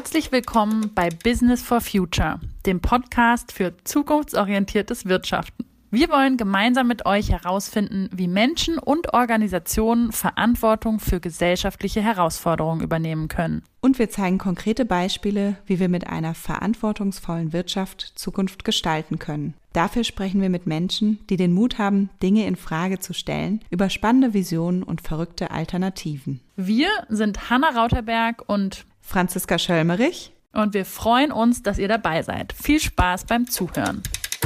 Herzlich willkommen bei Business for Future, dem Podcast für zukunftsorientiertes Wirtschaften. Wir wollen gemeinsam mit euch herausfinden, wie Menschen und Organisationen Verantwortung für gesellschaftliche Herausforderungen übernehmen können. Und wir zeigen konkrete Beispiele, wie wir mit einer verantwortungsvollen Wirtschaft Zukunft gestalten können. Dafür sprechen wir mit Menschen, die den Mut haben, Dinge in Frage zu stellen, über spannende Visionen und verrückte Alternativen. Wir sind Hanna Rauterberg und Franziska Schöllmerich. Und wir freuen uns, dass ihr dabei seid. Viel Spaß beim Zuhören.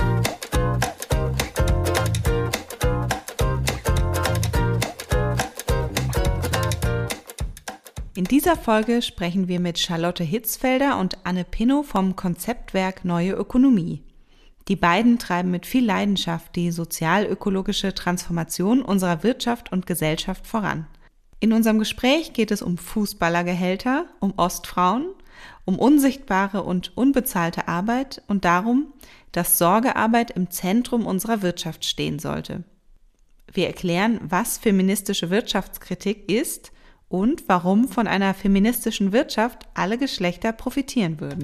In dieser Folge sprechen wir mit Charlotte Hitzfelder und Anne Pinnow vom Konzeptwerk Neue Ökonomie. Die beiden treiben mit viel Leidenschaft die sozial-ökologische Transformation unserer Wirtschaft und Gesellschaft voran. In unserem Gespräch geht es um Fußballergehälter, um Ostfrauen, um unsichtbare und unbezahlte Arbeit und darum, dass Sorgearbeit im Zentrum unserer Wirtschaft stehen sollte. Wir erklären, was feministische Wirtschaftskritik ist und warum von einer feministischen Wirtschaft alle Geschlechter profitieren würden.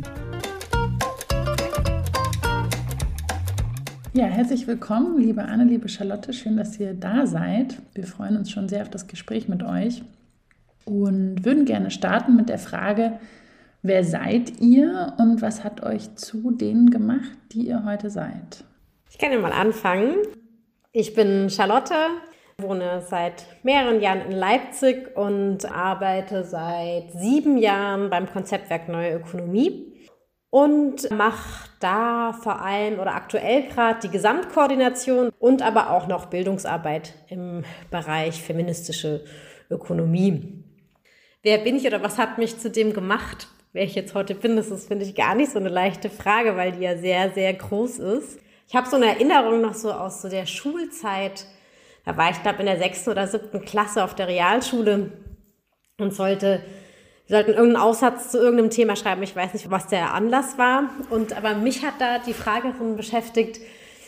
Ja, herzlich willkommen, liebe Anne, liebe Charlotte. Schön, dass ihr da seid. Wir freuen uns schon sehr auf das Gespräch mit euch und würden gerne starten mit der Frage, wer seid ihr und was hat euch zu denen gemacht, die ihr heute seid? Ich kann ja mal anfangen. Ich bin Charlotte, wohne seit mehreren Jahren in Leipzig und arbeite seit 7 Jahren beim Konzeptwerk Neue Ökonomie und mache da vor allem oder aktuell gerade die Gesamtkoordination und aber auch noch Bildungsarbeit im Bereich feministische Ökonomie. Wer bin ich oder was hat mich zu dem gemacht, wer ich jetzt heute bin? Das ist, finde ich, gar nicht so eine leichte Frage, weil die ja sehr, sehr groß ist. Ich habe so eine Erinnerung noch so aus so der Schulzeit. Da war ich, glaube in der 6. oder 7. Klasse auf der Realschule und wir sollten irgendeinen Aufsatz zu irgendeinem Thema schreiben. Ich weiß nicht, was der Anlass war. Aber mich hat da die Frage beschäftigt.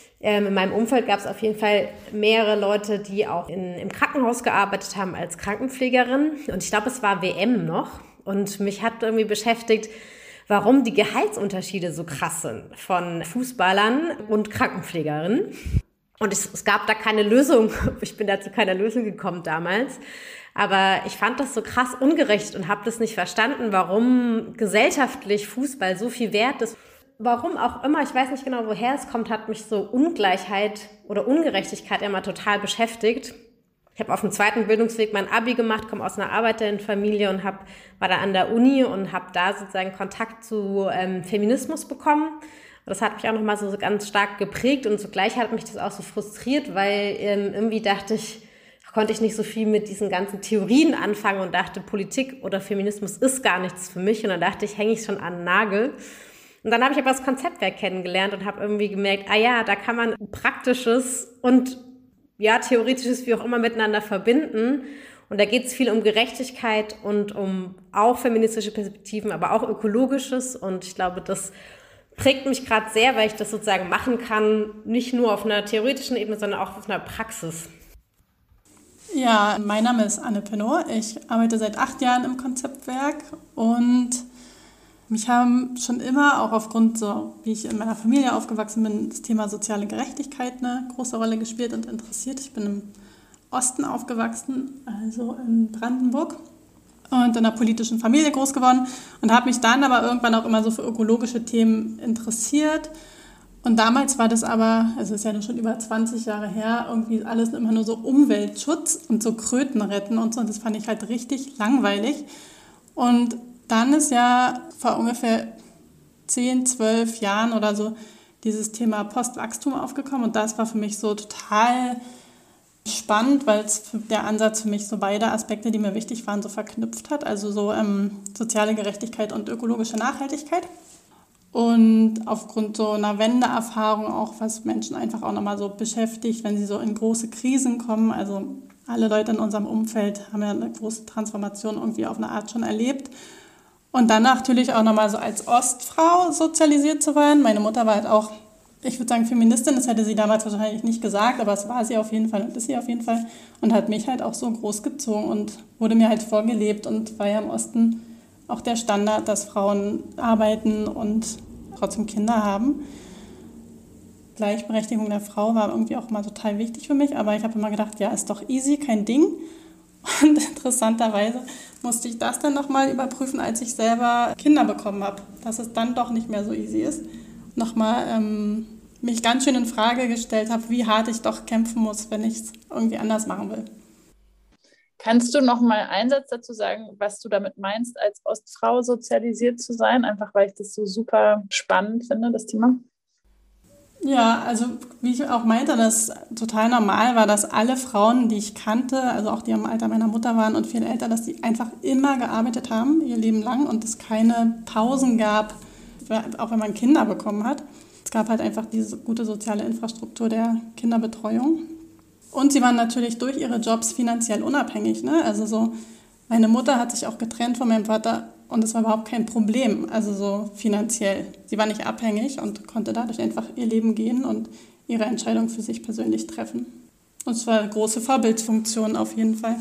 In meinem Umfeld gab es auf jeden Fall mehrere Leute, die auch im Krankenhaus gearbeitet haben als Krankenpflegerin. Und ich glaube, es war WM noch. Und mich hat irgendwie beschäftigt, warum die Gehaltsunterschiede so krass sind von Fußballern und Krankenpflegerinnen. Und es gab da keine Lösung. Ich bin da zu keiner Lösung gekommen damals. Aber ich fand das so krass ungerecht und habe das nicht verstanden, warum gesellschaftlich Fußball so viel wert ist. Warum auch immer, ich weiß nicht genau, woher es kommt, hat mich so Ungleichheit oder Ungerechtigkeit immer total beschäftigt. Ich habe auf dem 2. Bildungsweg mein Abi gemacht, komme aus einer Arbeiterinnenfamilie und war da an der Uni und habe da sozusagen Kontakt zu Feminismus bekommen. Das hat mich auch nochmal so ganz stark geprägt und zugleich hat mich das auch so frustriert, weil irgendwie konnte ich nicht so viel mit diesen ganzen Theorien anfangen und dachte, Politik oder Feminismus ist gar nichts für mich. Und dann dachte ich, hänge ich schon an den Nagel. Und dann habe ich aber das Konzeptwerk kennengelernt und habe irgendwie gemerkt, da kann man Praktisches und Theoretisches wie auch immer miteinander verbinden. Und da geht es viel um Gerechtigkeit und um auch feministische Perspektiven, aber auch ökologisches. Und ich glaube, das prägt mich gerade sehr, weil ich das sozusagen machen kann, nicht nur auf einer theoretischen Ebene, sondern auch auf einer Praxis. Ja, mein Name ist Anne Pinnow. Ich arbeite seit 8 Jahren im Konzeptwerk und mich haben schon immer, auch aufgrund so, wie ich in meiner Familie aufgewachsen bin, das Thema soziale Gerechtigkeit eine große Rolle gespielt und interessiert. Ich bin im Osten aufgewachsen, also in Brandenburg und in einer politischen Familie groß geworden und habe mich dann aber irgendwann auch immer so für ökologische Themen interessiert. Und damals war das aber, also ist ja schon über 20 Jahre her, irgendwie alles immer nur so Umweltschutz und so Kröten retten und so. Und das fand ich halt richtig langweilig. Und dann ist ja vor ungefähr 10, 12 Jahren oder so dieses Thema Postwachstum aufgekommen. Und das war für mich so total spannend, weil der Ansatz für mich so beide Aspekte, die mir wichtig waren, so verknüpft hat. Also so soziale Gerechtigkeit und ökologische Nachhaltigkeit. Und aufgrund so einer Wendeerfahrung auch, was Menschen einfach auch nochmal so beschäftigt, wenn sie so in große Krisen kommen. Also alle Leute in unserem Umfeld haben ja eine große Transformation irgendwie auf eine Art schon erlebt. Und dann natürlich auch nochmal so als Ostfrau sozialisiert zu werden. Meine Mutter war halt auch, ich würde sagen, Feministin. Das hätte sie damals wahrscheinlich nicht gesagt, aber es war sie auf jeden Fall und ist sie auf jeden Fall. Und hat mich halt auch so großgezogen und wurde mir halt vorgelebt und war ja im Osten auch der Standard, dass Frauen arbeiten und trotzdem Kinder haben. Gleichberechtigung der Frau war irgendwie auch mal total wichtig für mich, aber ich habe immer gedacht, ja, ist doch easy, kein Ding. Und interessanterweise musste ich das dann nochmal überprüfen, als ich selber Kinder bekommen habe, dass es dann doch nicht mehr so easy ist. Nochmal mich ganz schön in Frage gestellt habe, wie hart ich doch kämpfen muss, wenn ich es irgendwie anders machen will. Kannst du noch mal einen Satz dazu sagen, was du damit meinst, als Ostfrau sozialisiert zu sein? Einfach weil ich das so super spannend finde, das Thema. Ja, also wie ich auch meinte, dass total normal war, dass alle Frauen, die ich kannte, also auch die im Alter meiner Mutter waren und viel älter, dass die einfach immer gearbeitet haben, ihr Leben lang, und es keine Pausen gab, auch wenn man Kinder bekommen hat. Es gab halt einfach diese gute soziale Infrastruktur der Kinderbetreuung. Und sie waren natürlich durch ihre Jobs finanziell unabhängig, ne? Also so, meine Mutter hat sich auch getrennt von meinem Vater und es war überhaupt kein Problem, also so finanziell. Sie war nicht abhängig und konnte dadurch einfach ihr Leben gehen und ihre Entscheidung für sich persönlich treffen. Und es war eine große Vorbildfunktion auf jeden Fall.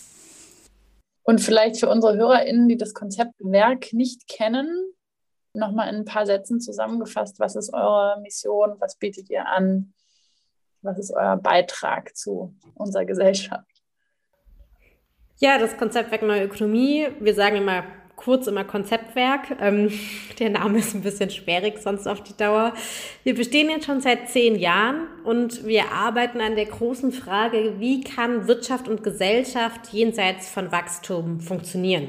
Und vielleicht für unsere HörerInnen, die das Konzeptwerk nicht kennen, nochmal in ein paar Sätzen zusammengefasst, was ist eure Mission, was bietet ihr an? Was ist euer Beitrag zu unserer Gesellschaft? Ja, das Konzeptwerk Neue Ökonomie, wir sagen immer Konzeptwerk. Der Name ist ein bisschen sperrig sonst auf die Dauer. Wir bestehen jetzt schon seit 10 Jahren und wir arbeiten an der großen Frage, wie kann Wirtschaft und Gesellschaft jenseits von Wachstum funktionieren?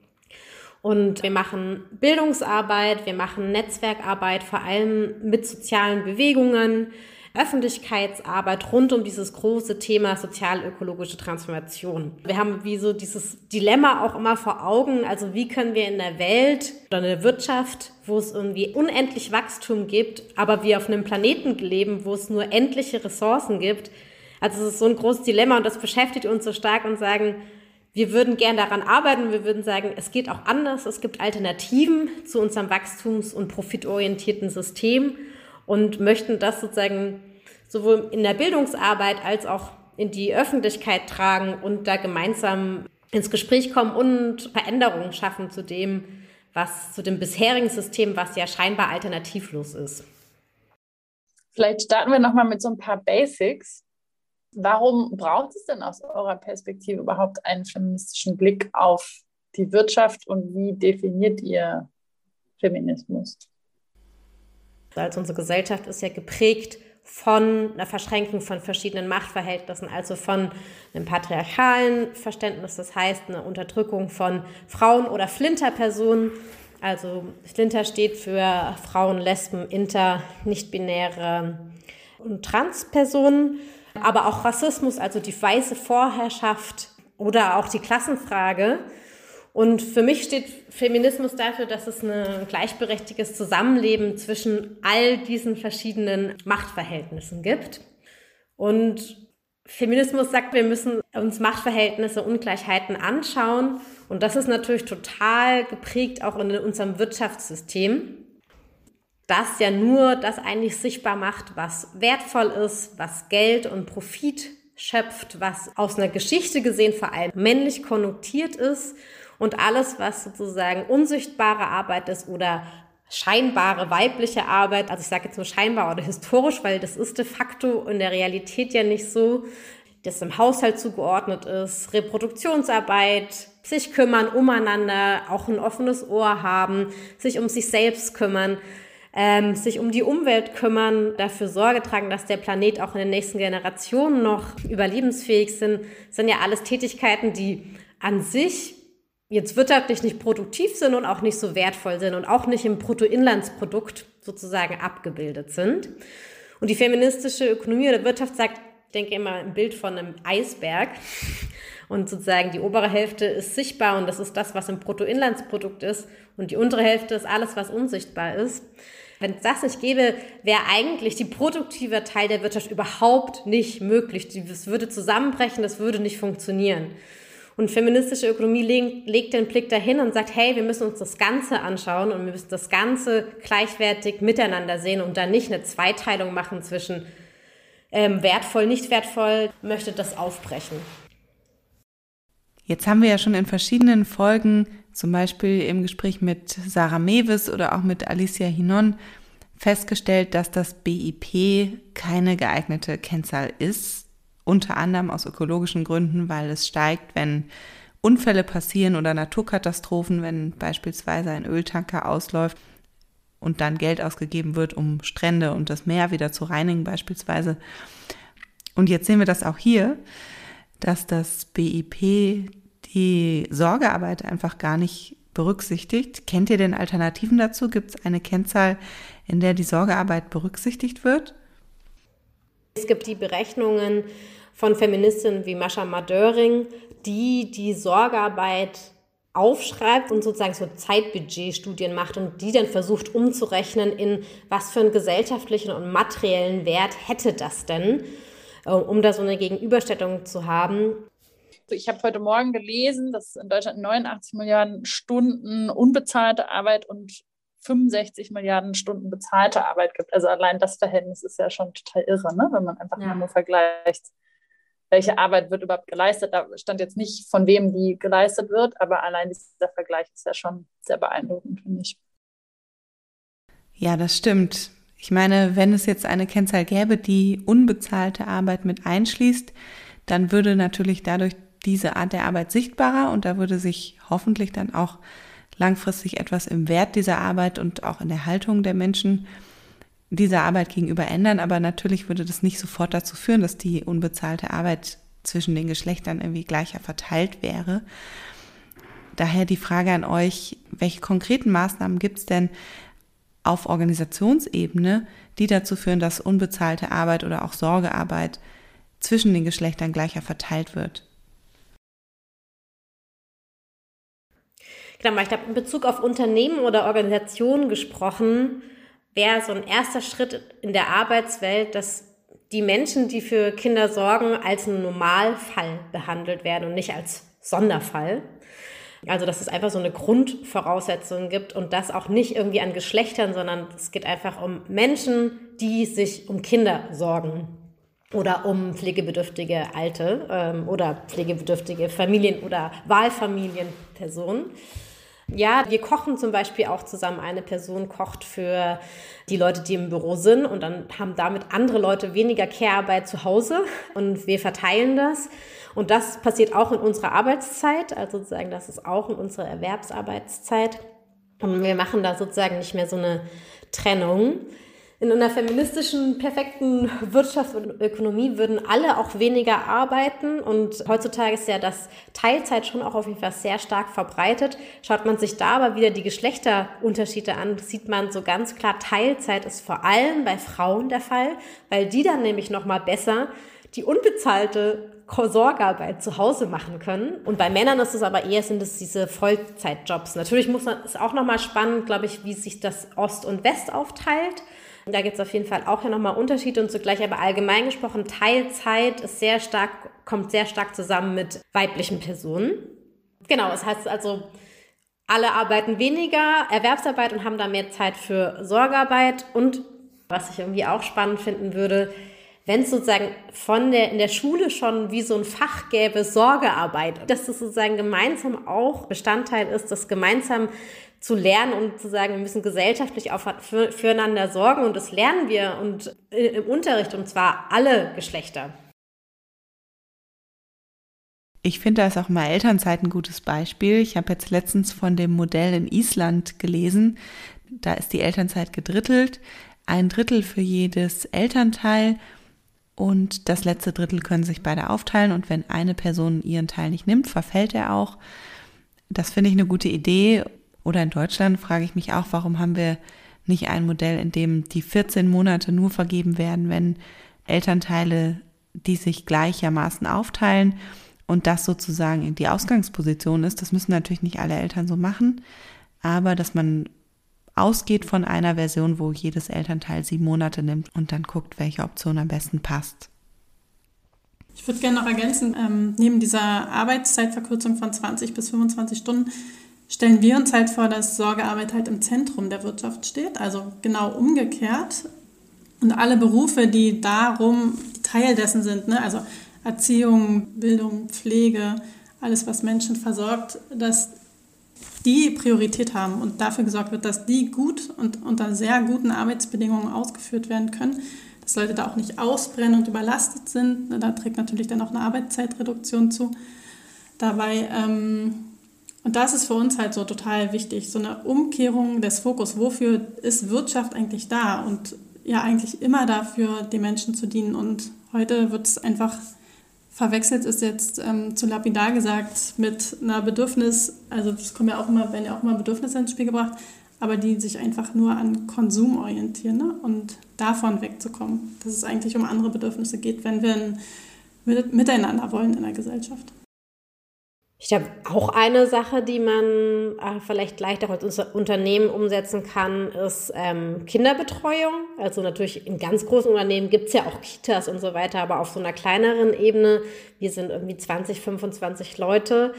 Und wir machen Bildungsarbeit, wir machen Netzwerkarbeit, vor allem mit sozialen Bewegungen, Öffentlichkeitsarbeit rund um dieses große Thema sozial-ökologische Transformation. Wir haben wie so dieses Dilemma auch immer vor Augen, also wie können wir in der Welt oder in der Wirtschaft, wo es irgendwie unendlich Wachstum gibt, aber wir auf einem Planeten leben, wo es nur endliche Ressourcen gibt. Also es ist so ein großes Dilemma und das beschäftigt uns so stark und sagen, wir würden gern daran arbeiten, wir würden sagen, es geht auch anders, es gibt Alternativen zu unserem wachstums- und profitorientierten System und möchten das sozusagen sowohl in der Bildungsarbeit als auch in die Öffentlichkeit tragen und da gemeinsam ins Gespräch kommen und Veränderungen schaffen zu dem bisherigen System, was ja scheinbar alternativlos ist. Vielleicht starten wir nochmal mit so ein paar Basics. Warum braucht es denn aus eurer Perspektive überhaupt einen feministischen Blick auf die Wirtschaft und wie definiert ihr Feminismus? Also unsere Gesellschaft ist ja geprägt von einer Verschränkung von verschiedenen Machtverhältnissen, also von einem patriarchalen Verständnis, das heißt eine Unterdrückung von Frauen oder Flinterpersonen. Also Flinter steht für Frauen, Lesben, Inter, nicht-binäre und Transpersonen, aber auch Rassismus, also die weiße Vorherrschaft oder auch die Klassenfrage. Und für mich steht Feminismus dafür, dass es ein gleichberechtigtes Zusammenleben zwischen all diesen verschiedenen Machtverhältnissen gibt. Und Feminismus sagt, wir müssen uns Machtverhältnisse, Ungleichheiten anschauen. Und das ist natürlich total geprägt auch in unserem Wirtschaftssystem, das ja nur das eigentlich sichtbar macht, was wertvoll ist, was Geld und Profit schöpft, was aus einer Geschichte gesehen vor allem männlich konnotiert ist. Und alles, was sozusagen unsichtbare Arbeit ist oder scheinbare weibliche Arbeit, also ich sage jetzt nur scheinbar oder historisch, weil das ist de facto in der Realität ja nicht so, das im Haushalt zugeordnet ist, Reproduktionsarbeit, sich kümmern umeinander, auch ein offenes Ohr haben, sich um sich selbst kümmern, sich um die Umwelt kümmern, dafür Sorge tragen, dass der Planet auch in den nächsten Generationen noch überlebensfähig sind ja alles Tätigkeiten, die an sich jetzt wirtschaftlich nicht produktiv sind und auch nicht so wertvoll sind und auch nicht im Bruttoinlandsprodukt sozusagen abgebildet sind. Und die feministische Ökonomie oder Wirtschaft sagt, ich denke immer ein Bild von einem Eisberg und sozusagen die obere Hälfte ist sichtbar und das ist das, was im Bruttoinlandsprodukt ist und die untere Hälfte ist alles, was unsichtbar ist. Wenn es das nicht gäbe, wäre eigentlich die produktive Teil der Wirtschaft überhaupt nicht möglich. Das würde zusammenbrechen, das würde nicht funktionieren. Und feministische Ökonomie legt den Blick dahin und sagt, hey, wir müssen uns das Ganze anschauen und wir müssen das Ganze gleichwertig miteinander sehen und dann nicht eine Zweiteilung machen zwischen wertvoll, nicht wertvoll, möchte das aufbrechen. Jetzt haben wir ja schon in verschiedenen Folgen, zum Beispiel im Gespräch mit Sarah Mewes oder auch mit Alicia Hinon, festgestellt, dass das BIP keine geeignete Kennzahl ist, unter anderem aus ökologischen Gründen, weil es steigt, wenn Unfälle passieren oder Naturkatastrophen, wenn beispielsweise ein Öltanker ausläuft und dann Geld ausgegeben wird, um Strände und das Meer wieder zu reinigen beispielsweise. Und jetzt sehen wir das auch hier, dass das BIP die Sorgearbeit einfach gar nicht berücksichtigt. Kennt ihr denn Alternativen dazu? Gibt es eine Kennzahl, in der die Sorgearbeit berücksichtigt wird? Es gibt die Berechnungen von Feministinnen wie Mascha Madöring, die Sorgearbeit aufschreibt und sozusagen so Zeitbudgetstudien macht und die dann versucht umzurechnen, in was für einen gesellschaftlichen und materiellen Wert hätte das denn, um da so eine Gegenüberstellung zu haben. Ich habe heute Morgen gelesen, dass es in Deutschland 89 Milliarden Stunden unbezahlte Arbeit und 65 Milliarden Stunden bezahlte Arbeit gibt. Also allein das Verhältnis ist ja schon total irre, ne? Wenn man einfach nur vergleicht, welche Arbeit wird überhaupt geleistet. Da stand jetzt nicht, von wem die geleistet wird, aber allein dieser Vergleich ist ja schon sehr beeindruckend, finde ich. Ja, das stimmt. Ich meine, wenn es jetzt eine Kennzahl gäbe, die unbezahlte Arbeit mit einschließt, dann würde natürlich dadurch diese Art der Arbeit sichtbarer und da würde sich hoffentlich dann auch langfristig etwas im Wert dieser Arbeit und auch in der Haltung der Menschen dieser Arbeit gegenüber ändern. Aber natürlich würde das nicht sofort dazu führen, dass die unbezahlte Arbeit zwischen den Geschlechtern irgendwie gleicher verteilt wäre. Daher die Frage an euch, welche konkreten Maßnahmen gibt es denn auf Organisationsebene, die dazu führen, dass unbezahlte Arbeit oder auch Sorgearbeit zwischen den Geschlechtern gleicher verteilt wird? Genau, ich glaube, in Bezug auf Unternehmen oder Organisationen gesprochen, wäre so ein erster Schritt in der Arbeitswelt, dass die Menschen, die für Kinder sorgen, als ein Normalfall behandelt werden und nicht als Sonderfall. Also, dass es einfach so eine Grundvoraussetzung gibt und das auch nicht irgendwie an Geschlechtern, sondern es geht einfach um Menschen, die sich um Kinder sorgen oder um pflegebedürftige Alte oder pflegebedürftige Familien oder Wahlfamilienpersonen. Ja, wir kochen zum Beispiel auch zusammen. Eine Person kocht für die Leute, die im Büro sind und dann haben damit andere Leute weniger Care-Arbeit zu Hause und wir verteilen das. Und das passiert auch in unserer Arbeitszeit, also sozusagen das ist auch in unserer Erwerbsarbeitszeit. Und wir machen da sozusagen nicht mehr so eine Trennung. In einer feministischen, perfekten Wirtschaft und Ökonomie würden alle auch weniger arbeiten und heutzutage ist ja das Teilzeit schon auch auf jeden Fall sehr stark verbreitet. Schaut man sich da aber wieder die Geschlechterunterschiede an, sieht man so ganz klar, Teilzeit ist vor allem bei Frauen der Fall, weil die dann nämlich nochmal besser die unbezahlte Sorgearbeit zu Hause machen können. Und bei Männern ist es aber eher, sind es diese Vollzeitjobs. Natürlich ist auch nochmal spannend, glaube ich, wie sich das Ost und West aufteilt. Da gibt es auf jeden Fall auch ja nochmal Unterschiede und zugleich aber allgemein gesprochen, Teilzeit ist kommt sehr stark zusammen mit weiblichen Personen. Genau, das heißt also, alle arbeiten weniger Erwerbsarbeit und haben da mehr Zeit für Sorgearbeit. Und was ich irgendwie auch spannend finden würde, wenn es sozusagen in der Schule schon wie so ein Fach gäbe, Sorgearbeit, dass das sozusagen gemeinsam auch Bestandteil ist, das gemeinsam zu lernen und zu sagen, wir müssen gesellschaftlich auch füreinander sorgen und das lernen wir und im Unterricht und zwar alle Geschlechter. Ich finde, da ist auch mal Elternzeit ein gutes Beispiel. Ich habe jetzt letztens von dem Modell in Island gelesen. Da ist die Elternzeit gedrittelt, 1/3 für jedes Elternteil und das letzte Drittel können sich beide aufteilen und wenn eine Person ihren Teil nicht nimmt, verfällt er auch. Das finde ich eine gute Idee. Oder in Deutschland frage ich mich auch, warum haben wir nicht ein Modell, in dem die 14 Monate nur vergeben werden, wenn Elternteile, die sich gleichermaßen aufteilen und das sozusagen die Ausgangsposition ist. Das müssen natürlich nicht alle Eltern so machen, aber dass man ausgeht von einer Version, wo jedes Elternteil 7 Monate nimmt und dann guckt, welche Option am besten passt. Ich würde gerne noch ergänzen, neben dieser Arbeitszeitverkürzung von 20 bis 25 Stunden stellen wir uns halt vor, dass Sorgearbeit halt im Zentrum der Wirtschaft steht, also genau umgekehrt. Und alle Berufe, die Teil dessen sind, ne, also Erziehung, Bildung, Pflege, alles, was Menschen versorgt, dass die Priorität haben und dafür gesorgt wird, dass die gut und unter sehr guten Arbeitsbedingungen ausgeführt werden können, dass Leute da auch nicht ausbrennen und überlastet sind. Da trägt natürlich dann auch eine Arbeitszeitreduktion zu. Dabei, und das ist für uns halt so total wichtig, so eine Umkehrung des Fokus. Wofür ist Wirtschaft eigentlich da? Und ja, eigentlich immer dafür, den Menschen zu dienen. Und heute wird es einfach verwechselt, ist jetzt zu lapidar gesagt, mit einer Bedürfnis, also das kommen ja auch immer, werden ja auch immer Bedürfnisse ins Spiel gebracht, aber die sich einfach nur an Konsum orientieren, ne? Und davon wegzukommen, dass es eigentlich um andere Bedürfnisse geht, wenn wir ein Miteinander wollen in der Gesellschaft. Ich glaube, auch eine Sache, die man vielleicht leichter als Unternehmen umsetzen kann, ist Kinderbetreuung. Also natürlich in ganz großen Unternehmen gibt es ja auch Kitas und so weiter, aber auf so einer kleineren Ebene, wir sind irgendwie 20, 25 Leute.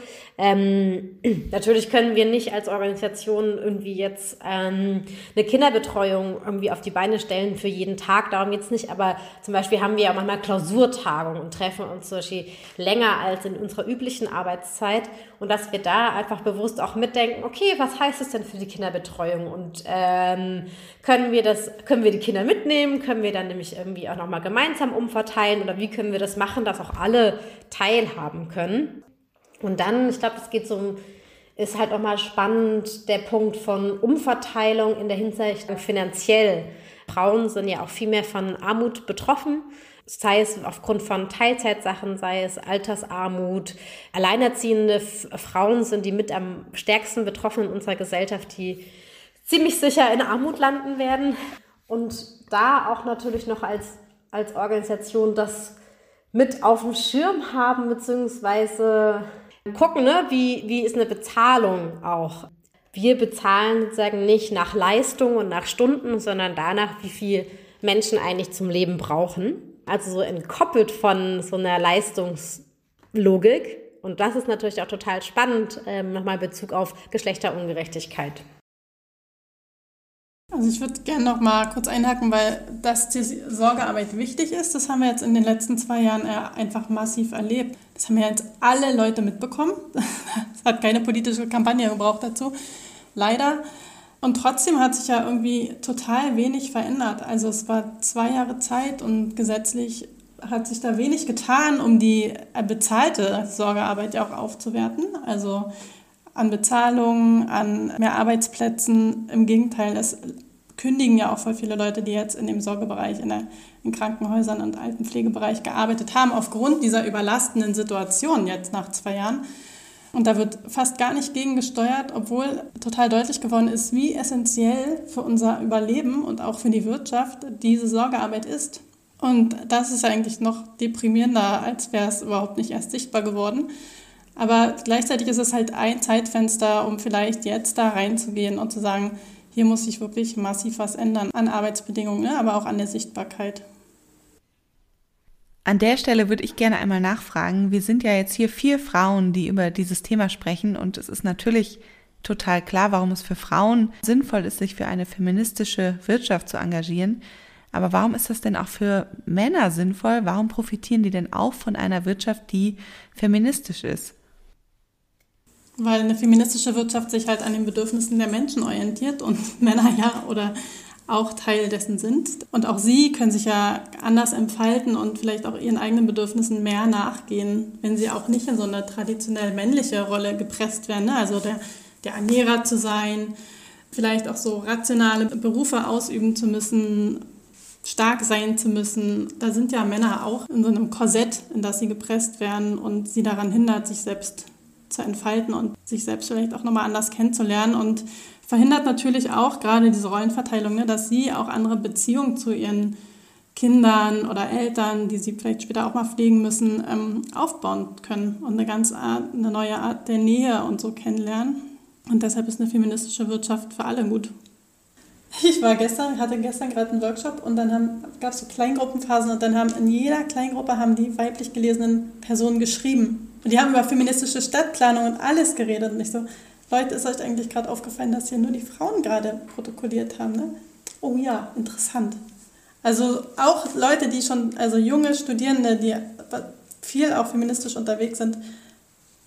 Natürlich können wir nicht als Organisation irgendwie jetzt eine Kinderbetreuung irgendwie auf die Beine stellen für jeden Tag, darum geht's nicht, aber zum Beispiel haben wir ja manchmal Klausurtagungen und treffen uns zum Beispiel länger als in unserer üblichen Arbeitszeit. Und dass wir da einfach bewusst auch mitdenken, okay, was heißt es denn für die Kinderbetreuung? Und können wir die Kinder mitnehmen? Können wir dann nämlich irgendwie auch nochmal gemeinsam umverteilen? Oder wie können wir das machen, dass auch alle teilhaben können? Und dann, ich glaube, ist halt auch mal spannend der Punkt von Umverteilung in der Hinsicht finanziell. Frauen sind ja auch viel mehr von Armut betroffen. Sei es aufgrund von Teilzeitsachen, sei es Altersarmut. Alleinerziehende Frauen sind die mit am stärksten betroffen in unserer Gesellschaft, die ziemlich sicher in Armut landen werden. Und da auch natürlich noch als Organisation das mit auf dem Schirm haben, beziehungsweise gucken, ne, wie ist eine Bezahlung auch. Wir bezahlen sozusagen nicht nach Leistung und nach Stunden, sondern danach, wie viel Menschen eigentlich zum Leben brauchen. Also so entkoppelt von so einer Leistungslogik. Und das ist natürlich auch total spannend, nochmal in Bezug auf Geschlechterungerechtigkeit. Also ich würde gerne noch mal kurz einhaken, weil dass die Sorgearbeit wichtig ist, das haben wir jetzt in den letzten 2 Jahren einfach massiv erlebt. Das haben ja jetzt alle Leute mitbekommen. Es hat keine politische Kampagne gebraucht dazu, leider. Und trotzdem hat sich ja irgendwie total wenig verändert. Also es war 2 Jahre Zeit und gesetzlich hat sich da wenig getan, um die bezahlte Sorgearbeit ja auch aufzuwerten. Also an Bezahlung, an mehr Arbeitsplätzen. Im Gegenteil, es kündigen ja auch voll viele Leute, die jetzt in dem Sorgebereich, in Krankenhäusern und Altenpflegebereich gearbeitet haben, aufgrund dieser überlastenden Situation jetzt nach 2 Jahren. Und da wird fast gar nicht gegen gesteuert, obwohl total deutlich geworden ist, wie essentiell für unser Überleben und auch für die Wirtschaft diese Sorgearbeit ist. Und das ist eigentlich noch deprimierender, als wäre es überhaupt nicht erst sichtbar geworden. Aber gleichzeitig ist es halt ein Zeitfenster, um vielleicht jetzt da reinzugehen und zu sagen, hier muss sich wirklich massiv was ändern an Arbeitsbedingungen, ne, aber auch an der Sichtbarkeit. An der Stelle würde ich gerne einmal nachfragen. Wir sind ja jetzt hier 4 Frauen, die über dieses Thema sprechen und es ist natürlich total klar, warum es für Frauen sinnvoll ist, sich für eine feministische Wirtschaft zu engagieren. Aber warum ist das denn auch für Männer sinnvoll? Warum profitieren die denn auch von einer Wirtschaft, die feministisch ist? Weil eine feministische Wirtschaft sich halt an den Bedürfnissen der Menschen orientiert und Männer ja oder auch Teil dessen sind. Und auch sie können sich ja anders entfalten und vielleicht auch ihren eigenen Bedürfnissen mehr nachgehen, wenn sie auch nicht in so eine traditionell männliche Rolle gepresst werden. Ne? Also der Ernährer zu sein, vielleicht auch so rationale Berufe ausüben zu müssen, stark sein zu müssen. Da sind ja Männer auch in so einem Korsett, in das sie gepresst werden und sie daran hindert, sich selbst zu entfalten und sich selbst vielleicht auch nochmal anders kennenzulernen und verhindert natürlich auch gerade diese Rollenverteilung, ne, dass sie auch andere Beziehungen zu ihren Kindern oder Eltern, die sie vielleicht später auch mal pflegen müssen, aufbauen können und eine neue Art der Nähe und so kennenlernen. Und deshalb ist eine feministische Wirtschaft für alle gut. Ich hatte gestern gerade einen Workshop und dann gab es so Kleingruppenphasen und dann in jeder Kleingruppe haben die weiblich gelesenen Personen geschrieben. Und die haben über feministische Stadtplanung und alles geredet. Und ich so, Leute, ist euch eigentlich gerade aufgefallen, dass hier nur die Frauen gerade protokolliert haben, ne? Oh ja, interessant. Also auch Leute, die schon, also junge Studierende, die viel auch feministisch unterwegs sind,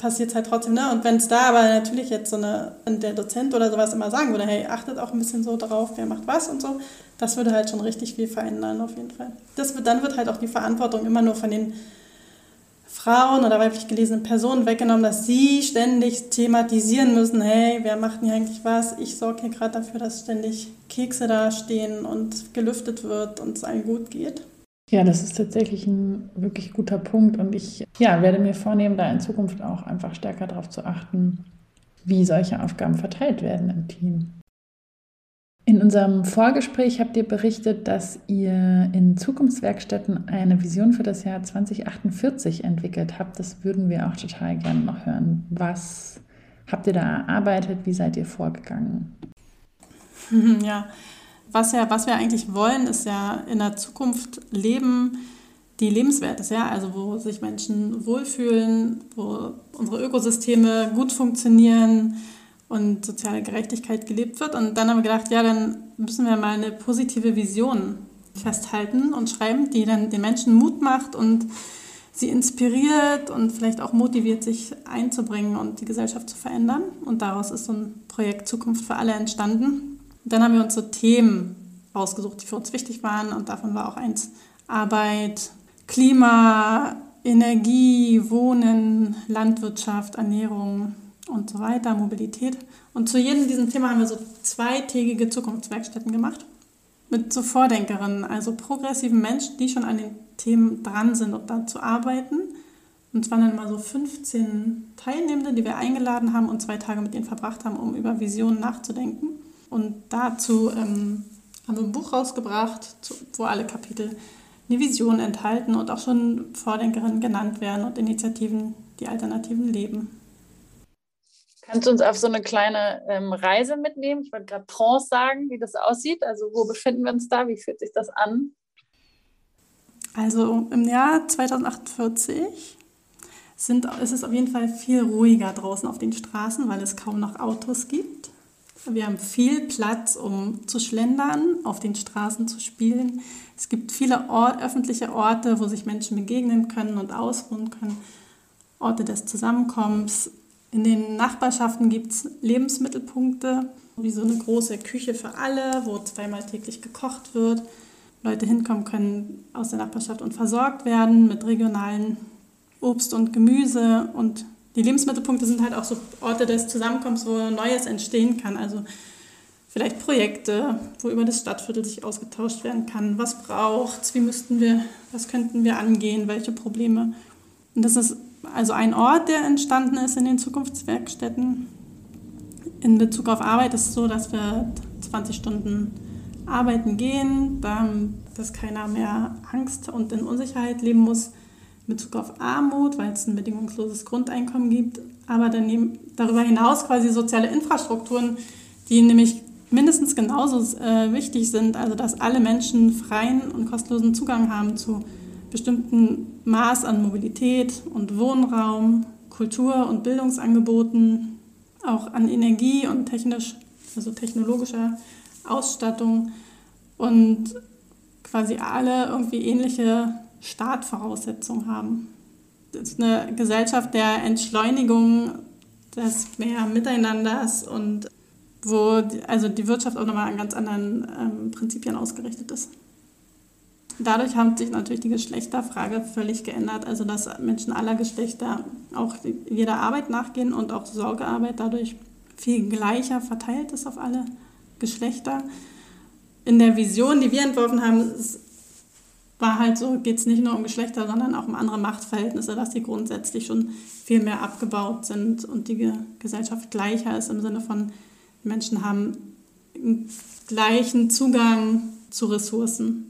passiert es halt trotzdem, ne? Und wenn es da aber natürlich jetzt der Dozent oder sowas immer sagen würde, hey, achtet auch ein bisschen so darauf, wer macht was und so, das würde halt schon richtig viel verändern auf jeden Fall. Dann wird halt auch die Verantwortung immer nur von den Frauen oder weiblich gelesenen Personen weggenommen, dass sie ständig thematisieren müssen, hey, wer macht denn hier eigentlich was? Ich sorge hier gerade dafür, dass ständig Kekse da stehen und gelüftet wird und es allen gut geht. Ja, das ist tatsächlich ein wirklich guter Punkt und ich werde mir vornehmen, da in Zukunft auch einfach stärker darauf zu achten, wie solche Aufgaben verteilt werden im Team. In unserem Vorgespräch habt ihr berichtet, dass ihr in Zukunftswerkstätten eine Vision für das Jahr 2048 entwickelt habt. Das würden wir auch total gerne noch hören. Was habt ihr da erarbeitet? Wie seid ihr vorgegangen? Ja, was wir eigentlich wollen, ist ja in der Zukunft leben, die lebenswert ist, ja, also wo sich Menschen wohlfühlen, wo unsere Ökosysteme gut funktionieren und soziale Gerechtigkeit gelebt wird. Und dann haben wir gedacht, ja, dann müssen wir mal eine positive Vision festhalten und schreiben, die dann den Menschen Mut macht und sie inspiriert und vielleicht auch motiviert, sich einzubringen und die Gesellschaft zu verändern. Und daraus ist so ein Projekt Zukunft für alle entstanden. Dann haben wir uns so Themen rausgesucht, die für uns wichtig waren. Und davon war auch eins Arbeit, Klima, Energie, Wohnen, Landwirtschaft, Ernährung und so weiter, Mobilität. Und zu jedem diesem Thema haben wir so 2-tägige Zukunftswerkstätten gemacht mit so Vordenkerinnen, also progressiven Menschen, die schon an den Themen dran sind und daran zu arbeiten. Und es waren dann mal so 15 Teilnehmende, die wir eingeladen haben und 2 Tage mit ihnen verbracht haben, um über Visionen nachzudenken. Und dazu haben wir ein Buch rausgebracht, wo alle Kapitel eine Vision enthalten und auch schon Vordenkerinnen genannt werden und Initiativen, die Alternativen leben. Kannst du uns auf so eine kleine Reise mitnehmen? Ich wollte gerade Trance sagen, wie das aussieht. Also wo befinden wir uns da? Wie fühlt sich das an? Also im Jahr 2048 ist es auf jeden Fall viel ruhiger draußen auf den Straßen, weil es kaum noch Autos gibt. Wir haben viel Platz, um zu schlendern, auf den Straßen zu spielen. Es gibt viele öffentliche Orte, wo sich Menschen begegnen können und ausruhen können. Orte des Zusammenkommens. In den Nachbarschaften gibt es Lebensmittelpunkte, wie so eine große Küche für alle, wo 2-mal täglich gekocht wird. Leute hinkommen können aus der Nachbarschaft und versorgt werden mit regionalen Obst und Gemüse. Und die Lebensmittelpunkte sind halt auch so Orte des Zusammenkommens, wo Neues entstehen kann. Also vielleicht Projekte, wo über das Stadtviertel sich ausgetauscht werden kann. Was braucht's? Was könnten wir angehen? Welche Probleme? Und das ist also ein Ort, der entstanden ist in den Zukunftswerkstätten. In Bezug auf Arbeit ist es so, dass wir 20 Stunden arbeiten gehen, dass keiner mehr Angst und in Unsicherheit leben muss. In Bezug auf Armut, weil es ein bedingungsloses Grundeinkommen gibt. Aber darüber hinaus quasi soziale Infrastrukturen, die nämlich mindestens genauso wichtig sind. Also dass alle Menschen freien und kostenlosen Zugang haben zu bestimmten Maß an Mobilität und Wohnraum, Kultur- und Bildungsangeboten, auch an Energie und technologischer Ausstattung und quasi alle irgendwie ähnliche Startvoraussetzungen haben. Das ist eine Gesellschaft der Entschleunigung, des mehr Miteinanders und wo die Wirtschaft auch nochmal an ganz anderen Prinzipien ausgerichtet ist. Dadurch hat sich natürlich die Geschlechterfrage völlig geändert, also dass Menschen aller Geschlechter auch jeder Arbeit nachgehen und auch Sorgearbeit dadurch viel gleicher verteilt ist auf alle Geschlechter. In der Vision, die wir entworfen haben, war halt so, geht es nicht nur um Geschlechter, sondern auch um andere Machtverhältnisse, dass die grundsätzlich schon viel mehr abgebaut sind und die Gesellschaft gleicher ist im Sinne von, Menschen haben gleichen Zugang zu Ressourcen.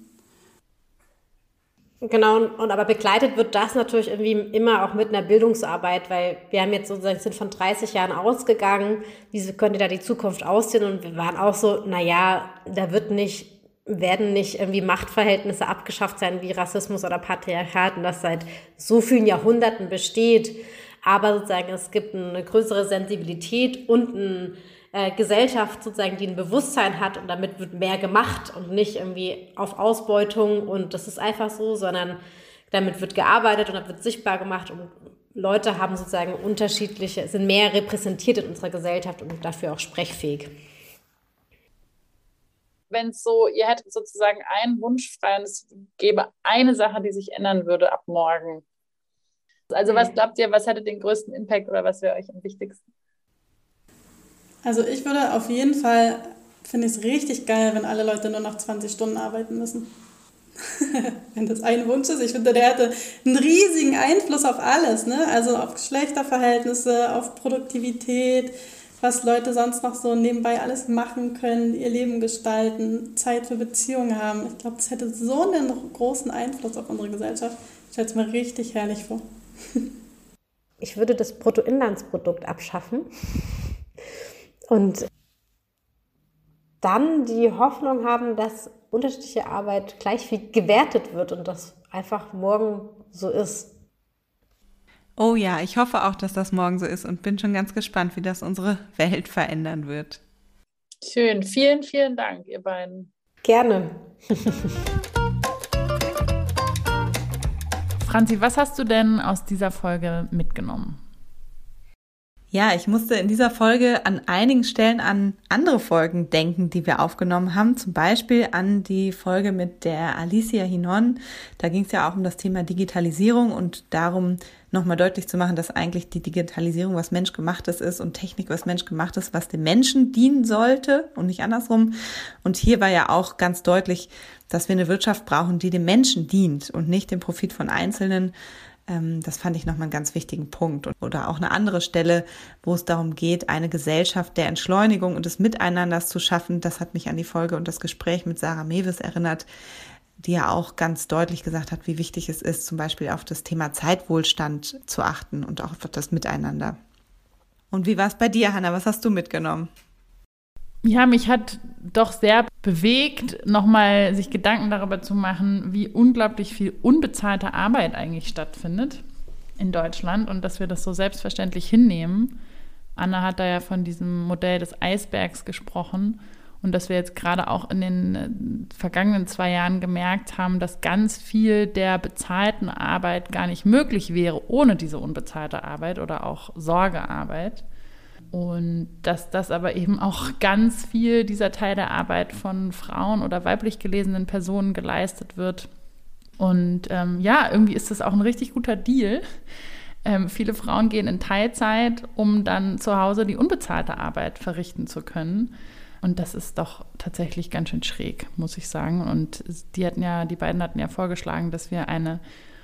Genau, aber begleitet wird das natürlich irgendwie immer auch mit einer Bildungsarbeit, weil wir haben jetzt sozusagen sind von 30 Jahren ausgegangen, wie könnte da die Zukunft aussehen und wir waren auch so, da werden nicht irgendwie Machtverhältnisse abgeschafft sein wie Rassismus oder Patriarchat und das seit so vielen Jahrhunderten besteht, aber sozusagen es gibt eine größere Sensibilität und eine Gesellschaft sozusagen, die ein Bewusstsein hat und damit wird mehr gemacht und nicht irgendwie auf Ausbeutung und das ist einfach so, sondern damit wird gearbeitet und das wird sichtbar gemacht und Leute haben sozusagen unterschiedliche, sind mehr repräsentiert in unserer Gesellschaft und dafür auch sprechfähig. Wenn es so, ihr hättet sozusagen einen Wunsch frei und es gäbe eine Sache, die sich ändern würde ab morgen. Also was glaubt ihr, was hätte den größten Impact oder was wäre euch am wichtigsten? Also ich würde auf jeden Fall, finde ich es richtig geil, wenn alle Leute nur noch 20 Stunden arbeiten müssen. Wenn das ein Wunsch ist. Ich finde, der hätte einen riesigen Einfluss auf alles, ne? Also auf Geschlechterverhältnisse, auf Produktivität, was Leute sonst noch so nebenbei alles machen können, ihr Leben gestalten, Zeit für Beziehungen haben. Ich glaube, das hätte so einen großen Einfluss auf unsere Gesellschaft. Ich stelle es mir richtig herrlich vor. Ich würde das Bruttoinlandsprodukt abschaffen und dann die Hoffnung haben, dass unterschiedliche Arbeit gleich viel gewertet wird und das einfach morgen so ist. Oh ja, ich hoffe auch, dass das morgen so ist und bin schon ganz gespannt, wie das unsere Welt verändern wird. Schön, vielen, vielen Dank, ihr beiden. Gerne. Franzi, was hast du denn aus dieser Folge mitgenommen? Ja, ich musste in dieser Folge an einigen Stellen an andere Folgen denken, die wir aufgenommen haben. Zum Beispiel an die Folge mit der Alicia Hinon. Da ging es ja auch um das Thema Digitalisierung und darum, nochmal deutlich zu machen, dass eigentlich die Digitalisierung was Menschgemachtes ist und Technik was Menschgemachtes, was dem Menschen dienen sollte und nicht andersrum. Und hier war ja auch ganz deutlich, dass wir eine Wirtschaft brauchen, die dem Menschen dient und nicht dem Profit von Einzelnen. Das fand ich nochmal einen ganz wichtigen Punkt. Oder auch eine andere Stelle, wo es darum geht, eine Gesellschaft der Entschleunigung und des Miteinanders zu schaffen. Das hat mich an die Folge und das Gespräch mit Sarah Mewes erinnert, die ja auch ganz deutlich gesagt hat, wie wichtig es ist, zum Beispiel auf das Thema Zeitwohlstand zu achten und auch auf das Miteinander. Und wie war es bei dir, Hanna? Was hast du mitgenommen? Ja, mich hat doch sehr bewegt, nochmal sich Gedanken darüber zu machen, wie unglaublich viel unbezahlte Arbeit eigentlich stattfindet in Deutschland und dass wir das so selbstverständlich hinnehmen. Anna hat da ja von diesem Modell des Eisbergs gesprochen und dass wir jetzt gerade auch in den vergangenen 2 Jahren gemerkt haben, dass ganz viel der bezahlten Arbeit gar nicht möglich wäre ohne diese unbezahlte Arbeit oder auch Sorgearbeit. Und dass das aber eben auch ganz viel dieser Teil der Arbeit von Frauen oder weiblich gelesenen Personen geleistet wird. Und ja, irgendwie ist das auch ein richtig guter Deal. Viele Frauen gehen in Teilzeit, um dann zu Hause die unbezahlte Arbeit verrichten zu können. Und das ist doch tatsächlich ganz schön schräg, muss ich sagen. Und die beiden hatten ja vorgeschlagen, dass wir eine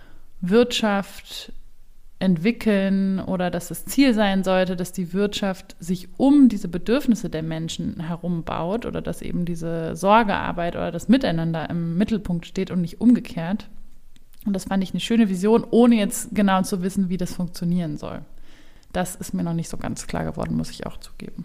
Wirtschaft entwickeln oder dass das Ziel sein sollte, dass die Wirtschaft sich um diese Bedürfnisse der Menschen herum baut oder dass eben diese Sorgearbeit oder das Miteinander im Mittelpunkt steht und nicht umgekehrt. Und das fand ich eine schöne Vision, ohne jetzt genau zu wissen, wie das funktionieren soll. Das ist mir noch nicht so ganz klar geworden, muss ich auch zugeben.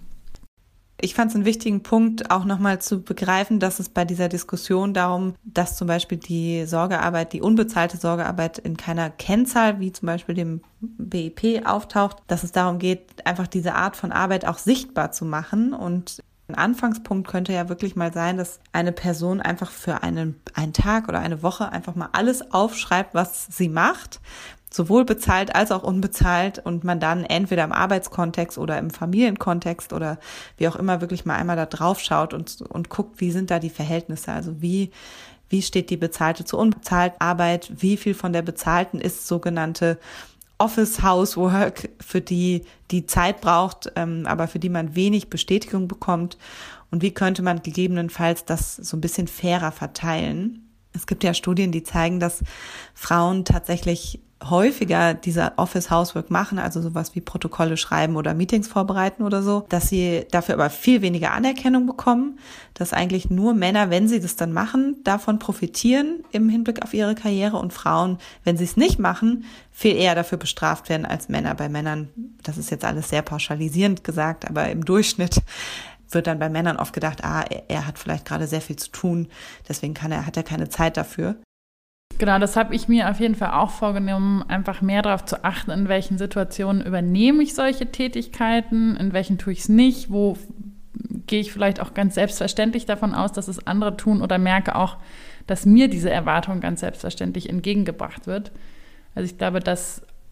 Ich fand es einen wichtigen Punkt, auch nochmal zu begreifen, dass es bei dieser Diskussion darum, dass zum Beispiel die Sorgearbeit, die unbezahlte Sorgearbeit in keiner Kennzahl, wie zum Beispiel dem BIP, auftaucht, dass es darum geht, einfach diese Art von Arbeit auch sichtbar zu machen. Und ein Anfangspunkt könnte ja wirklich mal sein, dass eine Person einfach für einen Tag oder eine Woche einfach mal alles aufschreibt, was sie macht, sowohl bezahlt als auch unbezahlt und man dann entweder im Arbeitskontext oder im Familienkontext oder wie auch immer wirklich mal einmal da drauf schaut und guckt, wie sind da die Verhältnisse, also wie steht die bezahlte zu unbezahlten Arbeit, wie viel von der bezahlten ist sogenannte Office Housework, für die Zeit braucht, aber für die man wenig Bestätigung bekommt und wie könnte man gegebenenfalls das so ein bisschen fairer verteilen. Es gibt ja Studien, die zeigen, dass Frauen tatsächlich häufiger diese Office-Housework machen, also sowas wie Protokolle schreiben oder Meetings vorbereiten oder so, dass sie dafür aber viel weniger Anerkennung bekommen, dass eigentlich nur Männer, wenn sie das dann machen, davon profitieren im Hinblick auf ihre Karriere und Frauen, wenn sie es nicht machen, viel eher dafür bestraft werden als Männer. Bei Männern, das ist jetzt alles sehr pauschalisierend gesagt, aber im Durchschnitt wird dann bei Männern oft gedacht, er hat vielleicht gerade sehr viel zu tun, deswegen hat er keine Zeit dafür. Genau, das habe ich mir auf jeden Fall auch vorgenommen, einfach mehr darauf zu achten, in welchen Situationen übernehme ich solche Tätigkeiten, in welchen tue ich es nicht, wo gehe ich vielleicht auch ganz selbstverständlich davon aus, dass es andere tun oder merke auch, dass mir diese Erwartung ganz selbstverständlich entgegengebracht wird. Also ich glaube, dass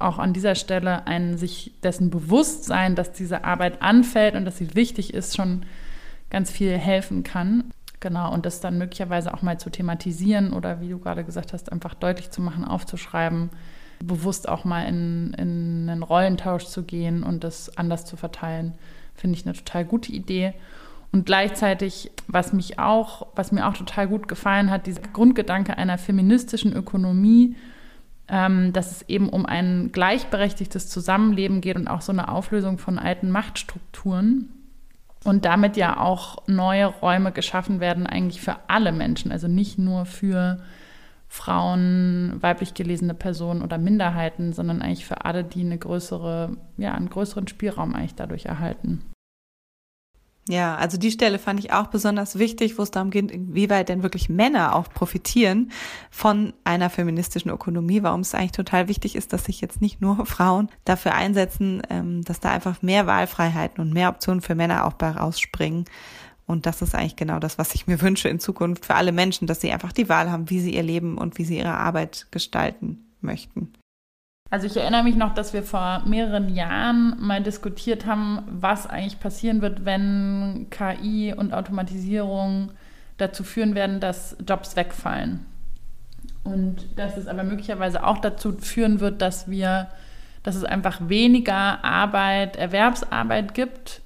auch an dieser Stelle ein sich dessen Bewusstsein, dass diese Arbeit anfällt und dass sie wichtig ist, schon ganz viel helfen kann. Genau, und das dann möglicherweise auch mal zu thematisieren oder wie du gerade gesagt hast, einfach deutlich zu machen, aufzuschreiben, bewusst auch mal in einen Rollentausch zu gehen und das anders zu verteilen, finde ich eine total gute Idee. Und gleichzeitig, was mir auch total gut gefallen hat, dieser Grundgedanke einer feministischen Ökonomie, dass es eben um ein gleichberechtigtes Zusammenleben geht und auch so eine Auflösung von alten Machtstrukturen und damit ja auch neue Räume geschaffen werden eigentlich für alle Menschen, also nicht nur für Frauen, weiblich gelesene Personen oder Minderheiten, sondern eigentlich für alle, die einen größeren Spielraum eigentlich dadurch erhalten. Ja, also die Stelle fand ich auch besonders wichtig, wo es darum geht, inwieweit denn wirklich Männer auch profitieren von einer feministischen Ökonomie, warum es eigentlich total wichtig ist, dass sich jetzt nicht nur Frauen dafür einsetzen, dass da einfach mehr Wahlfreiheiten und mehr Optionen für Männer auch bei rausspringen. Und das ist eigentlich genau das, was ich mir wünsche in Zukunft für alle Menschen, dass sie einfach die Wahl haben, wie sie ihr Leben und wie sie ihre Arbeit gestalten möchten. Also ich erinnere mich noch, dass wir vor mehreren Jahren mal diskutiert haben, was eigentlich passieren wird, wenn KI und Automatisierung dazu führen werden, dass Jobs wegfallen. Und dass es aber möglicherweise auch dazu führen wird, dass es einfach weniger Erwerbsarbeit gibt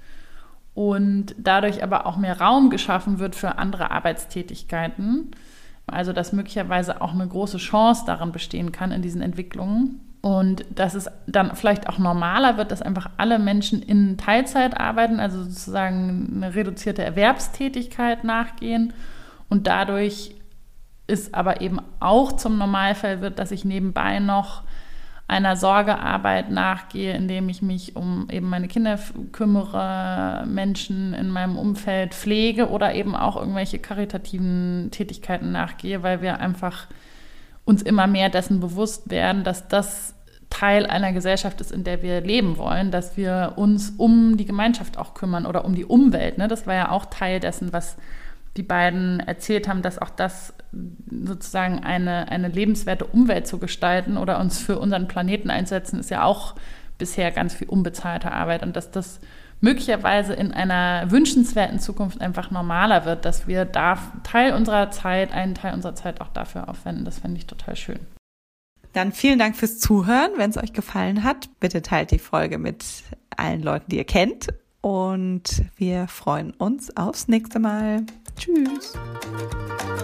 und dadurch aber auch mehr Raum geschaffen wird für andere Arbeitstätigkeiten. Also dass möglicherweise auch eine große Chance darin bestehen kann in diesen Entwicklungen. Und dass es dann vielleicht auch normaler wird, dass einfach alle Menschen in Teilzeit arbeiten, also sozusagen eine reduzierte Erwerbstätigkeit nachgehen. Und dadurch ist aber eben auch zum Normalfall wird, dass ich nebenbei noch einer Sorgearbeit nachgehe, indem ich mich um eben meine Kinder kümmere, Menschen in meinem Umfeld pflege oder eben auch irgendwelche karitativen Tätigkeiten nachgehe, weil wir einfach uns immer mehr dessen bewusst werden, dass das Teil einer Gesellschaft ist, in der wir leben wollen, dass wir uns um die Gemeinschaft auch kümmern oder um die Umwelt. Ne? Das war ja auch Teil dessen, was die beiden erzählt haben, dass auch das sozusagen eine lebenswerte Umwelt zu gestalten oder uns für unseren Planeten einzusetzen, ist ja auch bisher ganz viel unbezahlte Arbeit und dass das möglicherweise in einer wünschenswerten Zukunft einfach normaler wird, dass wir da einen Teil unserer Zeit auch dafür aufwenden. Das fände ich total schön. Dann vielen Dank fürs Zuhören. Wenn es euch gefallen hat, bitte teilt die Folge mit allen Leuten, die ihr kennt. Und wir freuen uns aufs nächste Mal. Tschüss.